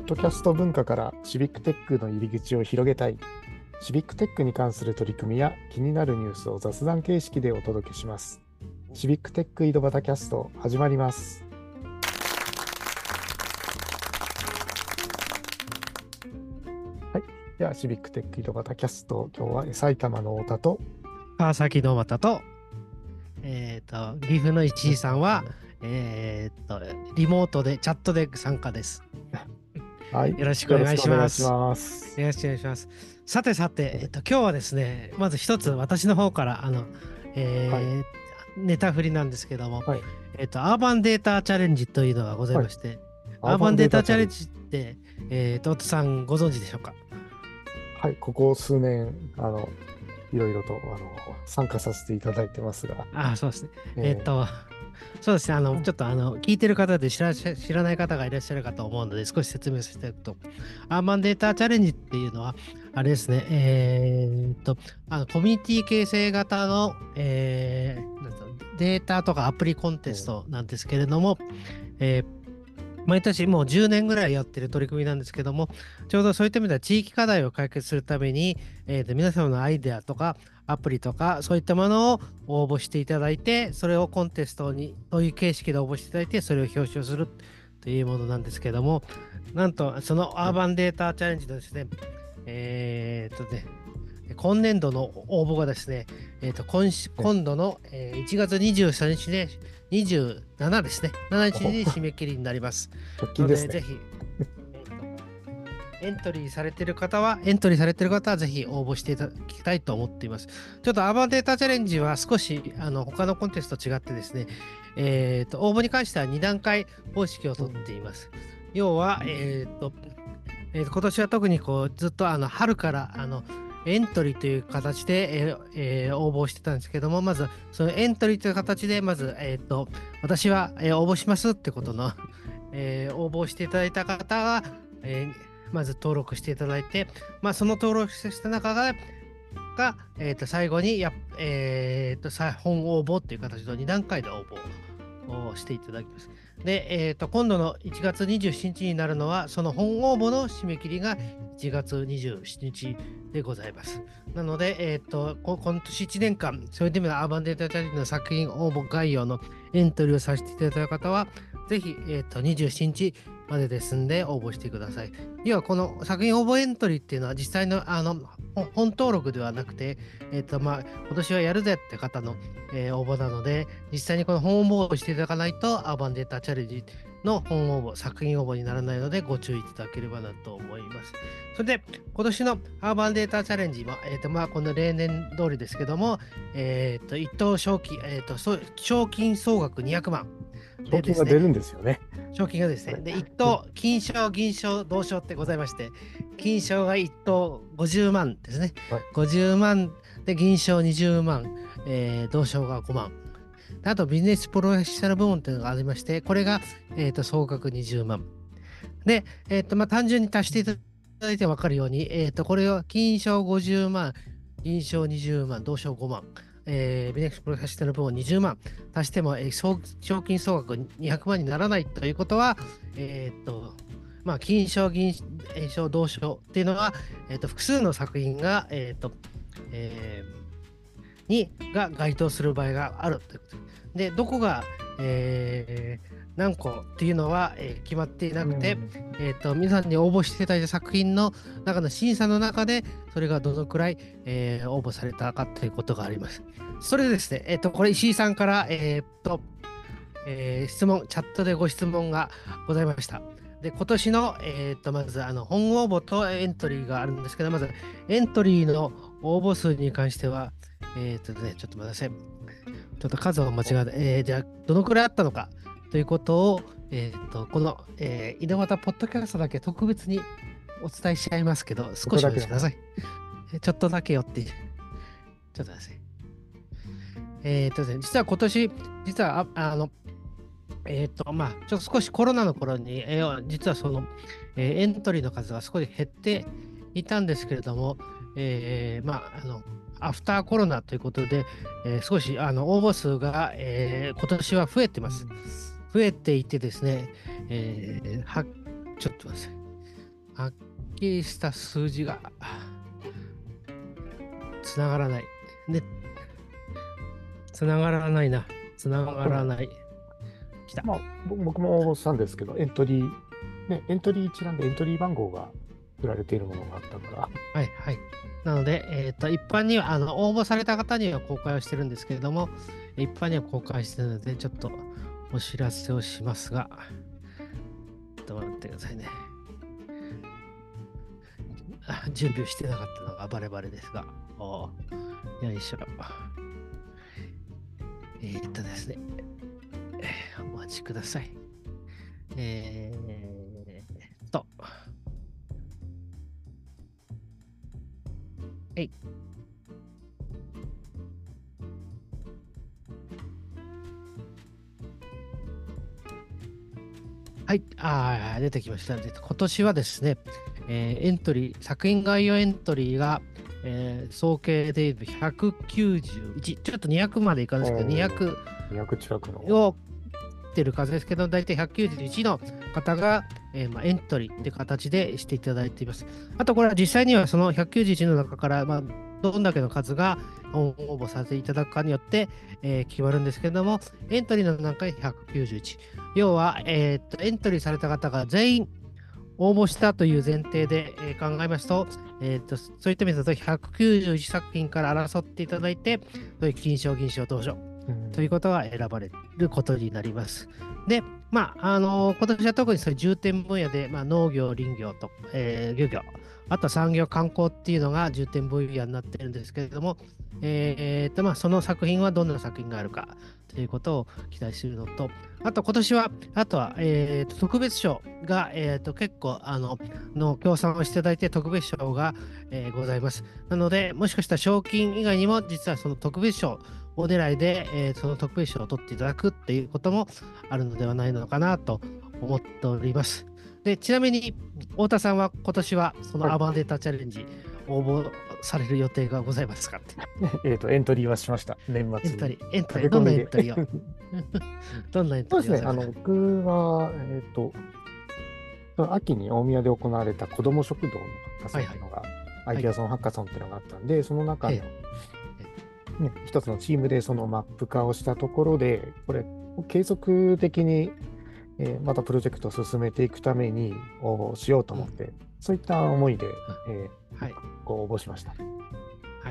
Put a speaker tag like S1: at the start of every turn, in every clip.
S1: ッドキャスト文化からシビックテックの入り口を広げたい。シビックテックに関する取り組みや気になるニュースを雑談形式でお届けします。シビックテック井戸端キャスト始まります。はい。では、シビックテック井戸端キャスト、今日は埼玉の太田と
S2: 川崎の又と、岐阜の石井さんは、リモートでチャットで参加です。
S1: はい。
S2: よろしくお願いします。
S1: よろしくお願いします。
S2: さて、今日はですね、まず一つ私の方からネタ振りなんですけども、
S1: はい。
S2: アーバンデータチャレンジというのがございまして、アーバンデータチャレンジって、太田さんご存知でしょうか？
S1: はい、ここ数年、いろいろと参加させていただいてますが。
S2: そうですね。そうですね。ちょっと聞いてる方で知らない方がいらっしゃるかと思うので、少し説明させていただくと、アーバンデータチャレンジっていうのは、あれですね、コミュニティ形成型の、データとかアプリコンテストなんですけれども、毎年もう10年ぐらいやってる取り組みなんですけども、ちょうどそういった意味では地域課題を解決するために、皆様のアイデアとかアプリとかそういったものを応募していただいて、それをコンテストにどういう形式で応募していただいて、それを表彰するというものなんですけども、なんとそのアーバンデータチャレンジのですね、今年度の応募がですね、今度の1月23日で27ですね、7日に締め切りになります。
S1: 直近ですね。
S2: ぜひ、エントリーされている方はぜひ応募していただきたいと思っています。ちょっとアーバンデータチャレンジは少し他のコンテストと違ってですね、応募に関しては2段階方式をとっています。要は、今年は特にずっと春からエントリーという形で、応募してたんですけども、まずそのエントリーという形で、まず、私は、応募しますってことの、応募していただいた方は、まず登録していただいて、その登録した中が、最後に本応募という形の2段階で応募をしていただきます。で、今度の1月27日になるのは、その本応募の締め切りが1月27日でございます。なので、今年1年間、そういった意味でアーバンデータチャレンジの作品応募概要のエントリーをさせていただいた方は、ぜひ、27日までですんで応募してください。要は、この作品応募エントリーっていうのは実際の本登録ではなくて、今年はやるぜって方の、応募なので、実際にこの本応募をしていただかないと、アーバンデータチャレンジの本応募、作品応募にならないので、ご注意いただければなと思います。それで、今年のアーバンデータチャレンジも、この例年通りですけども、一等賞金、賞金総額200万。
S1: 賞金が出るんですよね。
S2: 賞金がですね、で、1等、金賞、銀賞、銅賞ってございまして、金賞が1等50万ですね。
S1: はい、
S2: 50万で、銀賞20万、銅賞が5万。あと、ビジネスプロフェッショナル部門というのがありまして、これが、総額20万。で、単純に足していただいて分かるように、これを金賞50万、銀賞20万、銅賞5万。ビジネスプロフェッショナル部門20万足しても、賞金総額200万にならないということは、金賞、銀賞、銅賞っていうのは、複数の作品が、が該当する場合があるということで、どこが、何個っていうのは、決まっていなくて、皆さんに応募していただいた作品の中の審査の中で、それがどのくらい、応募されたかということがあります。それでですね、これ石井さんから、質問、チャットでご質問がございました。で、今年の、まず本応募とエントリーがあるんですけど、まずエントリーの応募数に関しては、ちょっと待ってください。ちょっと数を間違えた。じゃあ、どのくらいあったのかということを、この、井戸端ポッドキャストだけ特別にお伝えしちゃいますけど、少しお待ちください。ちょっとだけよって。ちょっとですね。実は今年、実は、ちょっと少しコロナの頃に、実はその、エントリーの数が少し減っていたんですけれども、アフターコロナということで、少し応募数が、今年は増えてます。増えていてですね、ちょっと待ってください。 はっきりした数字がつながらない。ね、つながらないな。つながらない。来た。
S1: まあ、僕も応募したんですけど、エントリー一覧でエントリー番号が振られているものがあったから。
S2: はいはい。なので、一般には応募された方には公開をしてるんですけれども、一般には公開してるので、ちょっとお知らせをしますが、ちょっと待ってくださいね。準備をしてなかったのがバレバレですが、よいしょ。ですね、お待ちください。はい。はい、出てきました。今年はですね、エントリー、作品概要エントリーが、総計で191、ちょっと200までいかないですけど、
S1: 200近くの。
S2: をってる数ですけど、大体191の方が、エントリーって形でしていただいています。あと、これは実際にはその191の中から、どんだけの数が応募させていただくかによって、決まるんですけれども、エントリーの段階191。要は、エントリーされた方が全員応募したという前提で、考えますと、そういった意味だと191作品から争っていただいて、そういう金賞、銀賞、銅賞ということが選ばれることになります。で、今年は特にそういう重点分野で、農業、林業と、漁業、あとは産業、観光っていうのが重点分野になってるんですけれども、その作品はどんな作品があるかということを期待するのと、あと今年は、特別賞が、結構の協賛をしていただいて特別賞が、ございます。なので、もしかしたら賞金以外にも実はその特別賞お狙いで、その特別賞を取っていただくっていうこともあるのではないのかなと思っております。で、ちなみに太田さんは今年はそのアバンデータチャレンジ応募される予定がございますかって。
S1: エントリーはしました。年末に。
S2: エントリー、どんなエントリーをどんなエントリーを
S1: そうですね、僕は、秋に大宮で行われた子ども食堂のハッカソンっていうのが、アイデアソンハッカソンっていうのがあったんで、その中の、一つのチームでそのマップ化をしたところで、これ、継続的に、またプロジェクトを進めていくために応募しようと思って、そういった思いで、応募しました。
S2: はい。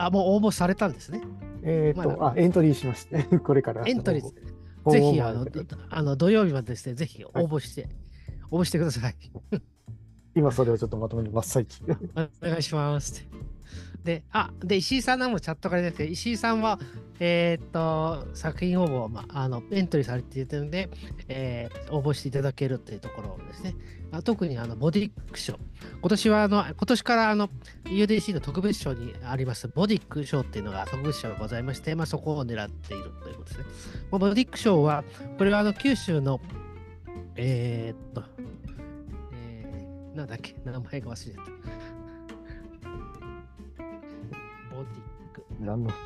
S2: もう応募されたんですね。
S1: エントリーしまして、これから。
S2: エントリーぜひ土曜日までですね、ぜひ応募してください。
S1: 今それをちょっとまとめる真っ最中。
S2: お願いします。で、石井さんのもチャットから出て、石井さんは、作品応募、エントリーされているので、応募していただけるというところですね。特にボディック賞。今年からUDC の特別賞にありますボディック賞っていうのが特別賞がございまして、そこを狙っているということですね。ボディック賞は、これは九州の、なんだっけ、名前が忘れた。ボディック。
S1: 何の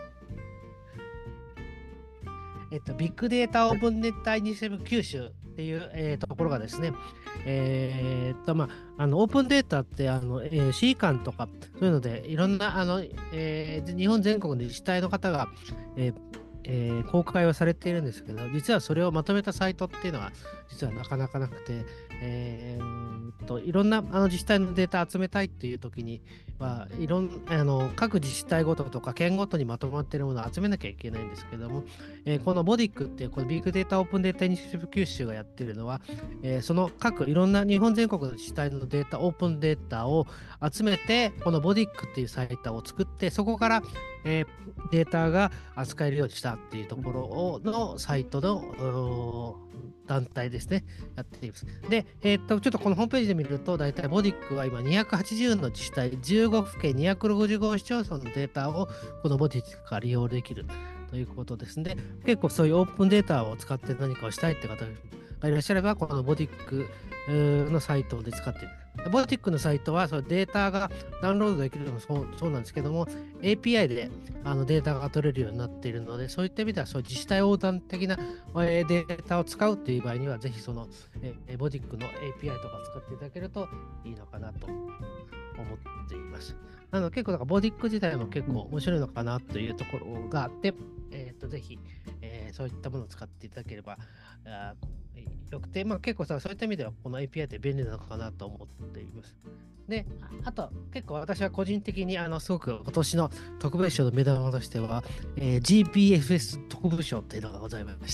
S2: ビッグデータオープンネットイニシアチブ九州っていう、ところがですね、オープンデータって市間とかそういうのでいろんな日本全国の自治体の方が、公開をされているんですけど、実はそれをまとめたサイトっていうのは実はなかなかなくて、いろんな自治体のデータ集めたいっていう時には各自治体ごととか県ごとにまとまっているものを集めなきゃいけないんですけども、このボディックっていうこのビッグデータオープンデータイニシアチブ九州がやっているのは、その各いろんな日本全国の自治体のデータオープンデータを集めてこのボディックっていうサイトを作ってそこから、データが扱えるようにしたっていうところのサイトの団体ですね、やっています。で、ちょっとこのホームページで見ると、大体ボディックは今280の自治体、15府県265市町村のデータをこのボディックが利用できるということですので、結構そういうオープンデータを使って何かをしたいって方がいらっしゃれば、このボディックのサイトで使っている。 ボティックのサイトはそのデータがダウンロードできるのもそうなんですけども、API でデータが取れるようになっているので、そういった意味ではそう自治体横断的なデータを使うという場合には、ぜひそのボティックの API とか使っていただけるといいのかなと思っています。なので結構だからボディック自体も結構面白いのかなというところがあって、ぜひ、そういったものを使っていただければよくて、結構そういった意味ではこの API って便利なのかなと思っています。で、あと結構私は個人的にすごく今年の特別賞の目玉としては、GPFS 特別賞っていうのがございまして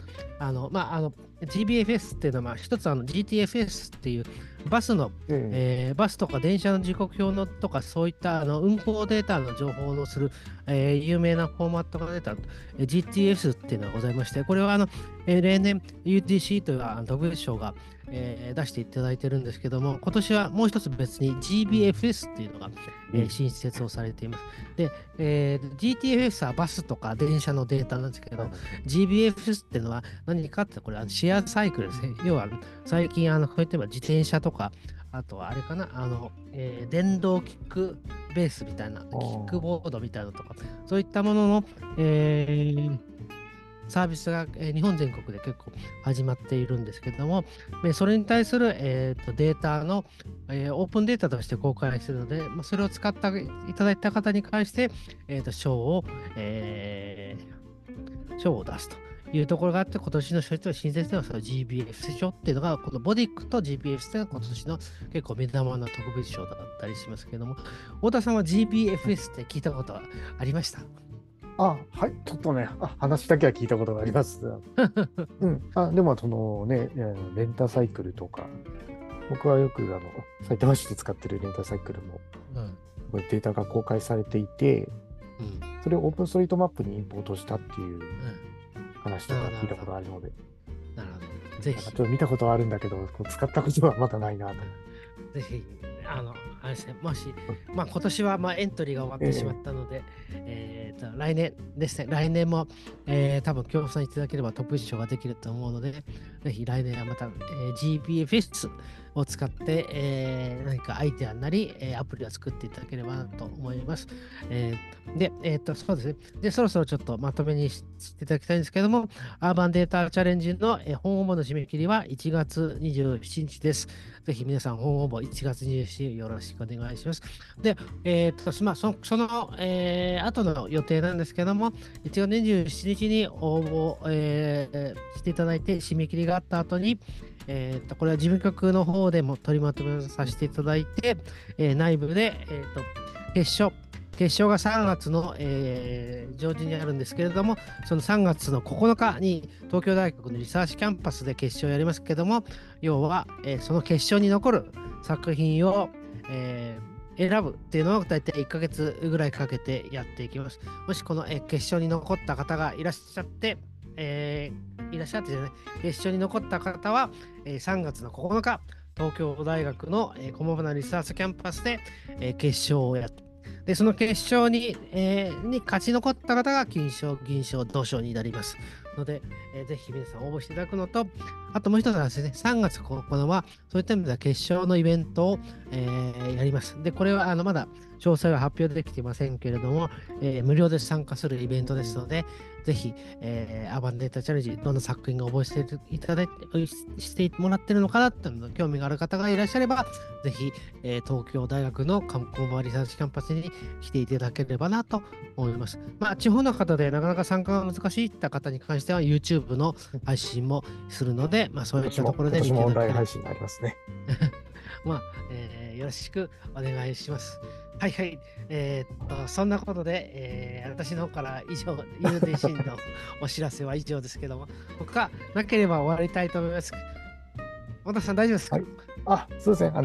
S2: 、GBFS っていうのは、一つGTFS っていうバスの、バスとか電車の時刻表のとか、そういった運行データの情報をする、有名なフォーマットが出た GTFS っていうのがございまして、これは例年 UTC という特別賞が、出していただいてるんですけども、今年はもう一つ別に GBFS っていうのが、新設をされています。で、GTFS はバスとか電車のデータなんですけど、GBFS っていうのは何かって、これはシェアサイクルですね。要は最近こういった自転車とか、あとはあれかな、電動キックベースみたいな、キックボードみたいなのとか、そういったものの、サービスが日本全国で結構始まっているんですけども、それに対するデータのオープンデータとして公開するので、それを使っていただいた方に関して賞を出すというところがあって、今年の賞と新設ではその GBF 賞っていうのが、このボディックと GBF っていうのが今年の結構目玉の特別賞だったりしますけども、太田さんは GBFS って聞いたことはありました？
S1: はい、ちょっとね、話だけは聞いたことがあります。でも、そのね、レンタサイクルとか、僕はよく埼玉市で使ってるレンタサイクルも、データが公開されていて、それをオープンストリートマップにインポートしたっていう話とか聞いたことがあるので、
S2: なるほど。ぜひ。
S1: ちょっと見たことはあるんだけど、使ったことはまだないなと。
S2: ぜひ、あれですね、もし、今年はエントリーが終わってしまったので、来年ですね、来年も、多分協賛いただければ特別賞ができると思うので、ぜひ来年はまた、GPFS を使って、何かアイデアなり、アプリを作っていただければなと思います。で、そうですね。で、そろそろちょっとまとめにしていただきたいんですけども、アーバンデータチャレンジの本応募の締め切りは1月27日です。ぜひ皆さん本応募1月27日よろしくお願いします。で、その、後の予定なんですけども、1月27日に応募、していただいて、締め切りがあった後に、これは事務局の方でも取りまとめさせていただいて、内部で、決勝が3月の、上旬にあるんですけれども、その3月の9日に東京大学のリサーチキャンパスで決勝をやりますけども、要は、その決勝に残る作品を、選ぶっていうのを大体1ヶ月ぐらいかけてやっていきます。もしこの、決勝に残った方がいらっしゃって、決勝に残った方は、3月の9日、東京大学の駒場リサーチキャンパスで、決勝をやって、で、その決勝に勝ち残った方が金賞、銀賞、銅賞になりますので、ぜひ皆さん応募していただくのと、あともう一つはですね、3月9日は、そういった意味では決勝のイベントを、やります。で、これはまだ詳細は発表できていませんけれども、無料で参加するイベントですので、ぜひ、アーバンデータチャレンジ、どんな作品が応募していただいて、してもらってるのかなっていうの興味がある方がいらっしゃれば、ぜひ、東京大学の駒場リサーチキャンパスに来ていただければなと思います。地方の方でなかなか参加が難しいって方に関しては、YouTube の配信もするので、そういったところで見ていただければ。
S1: オンライン配信がありますね。
S2: よろしくお願いします。はいはい。そんなことで、私の方から以上、UDC のお知らせは以上ですけども、他なければ終わりたいと思います。小田さん、大丈夫ですか？
S1: はい。そうですね。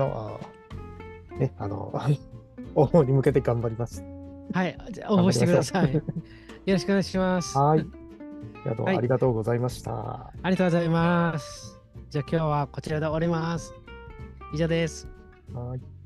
S1: 応募に向けて頑張ります。
S2: はい。じゃあ応募してください。よろしくお願いします。
S1: はい。ありがとうございました。
S2: ありがとうございます。じゃあ今日はこちらで終わります。以上です。
S1: はい。